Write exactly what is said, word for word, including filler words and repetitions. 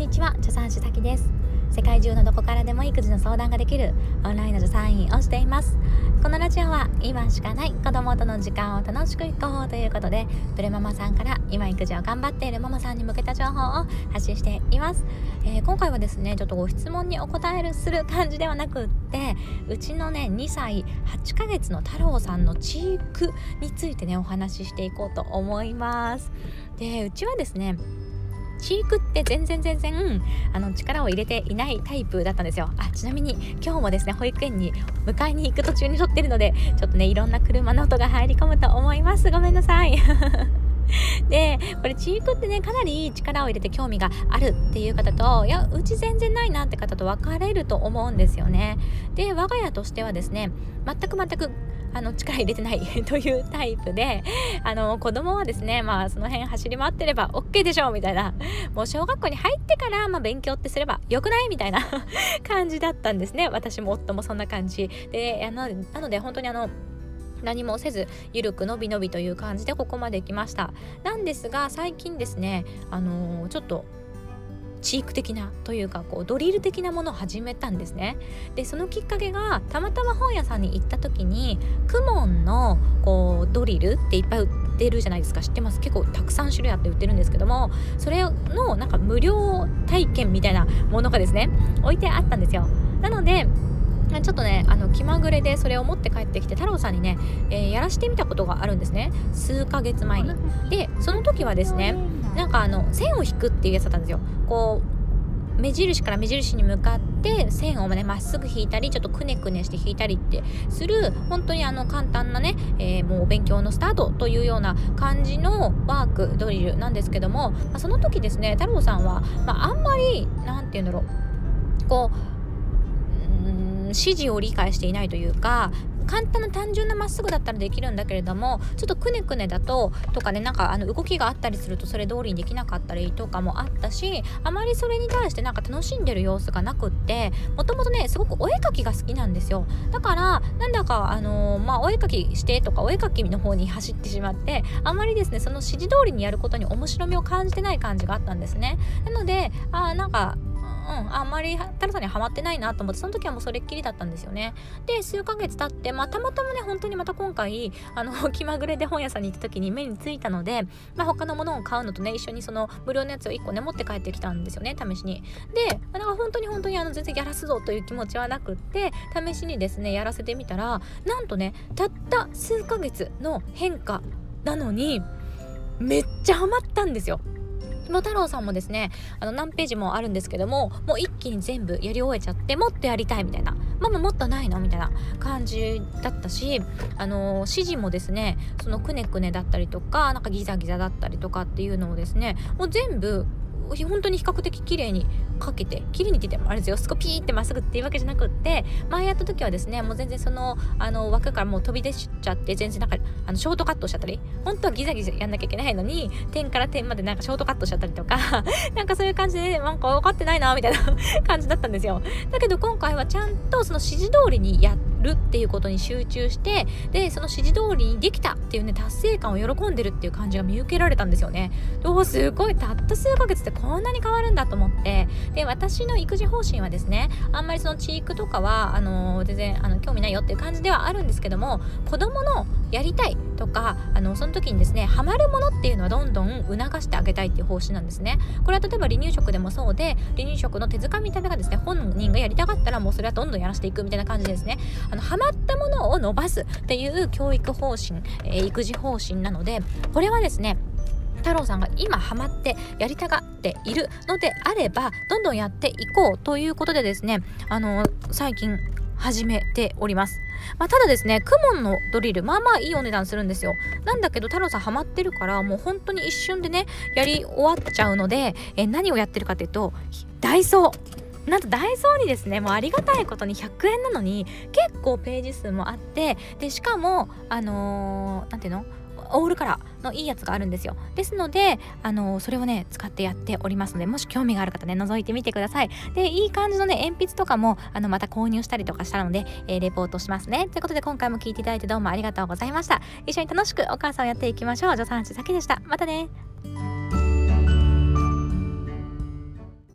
にちは、助産師さきです。世界中のどこからでも育児の相談ができるオンラインの助産院をしています。このラジオは今しかない子供との時間を楽しくいこうということで、プレママさんから今育児を頑張っているママさんに向けた情報を発信しています。えー、今回はですねちょっとご質問にお答えする感じではなくって、うちのねにさいはちかげつの太郎さんの知育についてねお話ししていこうと思います。でうちはですね知育って全然全然あの力を入れていないタイプだったんですよ。あちなみに今日もですね保育園に迎えに行く途中に撮ってるので、ちょっとねいろんな車の音が入り込むと思います。ごめんなさいでこれ知育ってねかなり力を入れて興味があるっていう方と、いやうち全然ないなって方と分かれると思うんですよね。で我が家としてはですね全く全くあの力入れてないというタイプで、あの子供はですねまあその辺走り回ってれば OK でしょうみたいな、もう小学校に入ってから、まあ、勉強ってすればよくないみたいな感じだったんですね。私も夫もそんな感じで、あのなので本当にあの何もせずゆるくのびのびという感じでここまで来ました。なんですが最近ですねあのー、ちょっと知育的なというかこうドリル的なものを始めたんですね。でそのきっかけがたまたま本屋さんに行った時にクモンのこうドリルっていっぱい売ってるじゃないですか。知ってます？結構たくさん種類あって売ってるんですけども、それのなんか無料体験みたいなものがですね置いてあったんですよ。なのでちょっとねあの気まぐれでそれを持って帰ってきて太郎さんにね、えー、やらしてみたことがあるんですね、数ヶ月前に。でその時はですねなんかあの線を引くっていうやつだったんですよ。こう目印から目印に向かって線をねまっすぐ引いたりちょっとくねくねして引いたりってする本当にあの簡単なね、えー、もう勉強のスタートというような感じのワークドリルなんですけども、まあ、その時ですね太郎さんは、まあ、あんまりなんていうんだろうこう指示を理解していないというか、簡単な単純なまっすぐだったらできるんだけれどもちょっとくねくねだととかねなんかあの動きがあったりするとそれ通りにできなかったりとかもあったし、あまりそれに対してなんか楽しんでる様子がなくって、もともとねすごくお絵描きが好きなんですよ。だからなんだかあのー、まあお絵描きしてとかお絵描きの方に走ってしまって、あまりですねその指示通りにやることに面白みを感じてない感じがあったんですね。なのであなんかうん、あんまり太郎さんにはまってないなと思って、その時はもうそれっきりだったんですよね。で数ヶ月経って、まあ、たまたまね本当にまた今回あの気まぐれで本屋さんに行った時に目についたので、まあ、他のものを買うのとね一緒にその無料のやつをいっこね持って帰ってきたんですよね、試しに。でなんか本当に本当にあの全然やらすぞという気持ちはなくって、試しにですねやらせてみたら、なんとねたった数ヶ月の変化なのにめっちゃハマったんですよ。もう太郎さんもですねあの何ページもあるんですけども、もう一気に全部やり終えちゃって、もっとやりたいみたいな、ママもっとないのみたいな感じだったし、あのー、指示もですねそのくねくねだったりとかなんかギザギザだったりとかっていうのをですねもう全部本当に比較的綺麗にかけて、綺麗にって言ってもあれですよ、すごいピーってまっすぐっていうわけじゃなくって、前やった時はですねもう全然そのあの枠からもう飛び出しちゃって、全然なんかあのショートカットしちゃったり、本当はギザギザやんなきゃいけないのに点から点までなんかショートカットしちゃったりとかなんかそういう感じでなんか分かってないなみたいな感じだったんですよ。だけど今回はちゃんとその指示通りにやるっていうことに集中して、でその指示通りにできたっていうね達成感を喜んでるっていう感じが見受けられたんですよね。おーすごい、たった数ヶ月でこんなに変わるんだと思って、で私の育児方針はですねあんまりその知育とかはあのー、全然あの興味ないよっていう感じではあるんですけども、子供のやりたいとかあのその時にですねハマるものっていうのはどんどん促してあげたいっていう方針なんですね。これは例えば離乳食でもそうで、離乳食の手づかみ食べがですね本人がやりたかったらもうそれはどんどんやらせていくみたいな感じでですね、あのハマったものを伸ばすっていう教育方針、えー、育児方針なので、これはですね太郎さんが今ハマってやりたがっているのであればどんどんやっていこうということでですねあの最近始めております。まあ、ただですねクモンのドリルまあまあいいお値段するんですよ。なんだけど太郎さんハマってるからもう本当に一瞬でねやり終わっちゃうので、え何をやってるかというとダイソーなんとダイソーにですねもうありがたいことにひゃくえんなのに結構ページ数もあって、でしかもあのー、なんていうのオールカラーのいいやつがあるんですよ。ですのであのそれをね使ってやっておりますので、もし興味がある方ね覗いてみてください。でいい感じのね鉛筆とかもあのまた購入したりとかしたので、えー、レポートしますね。ということで今回も聞いていただいてどうもありがとうございました。一緒に楽しくお母さんをやっていきましょう。助産師さきでした。またね。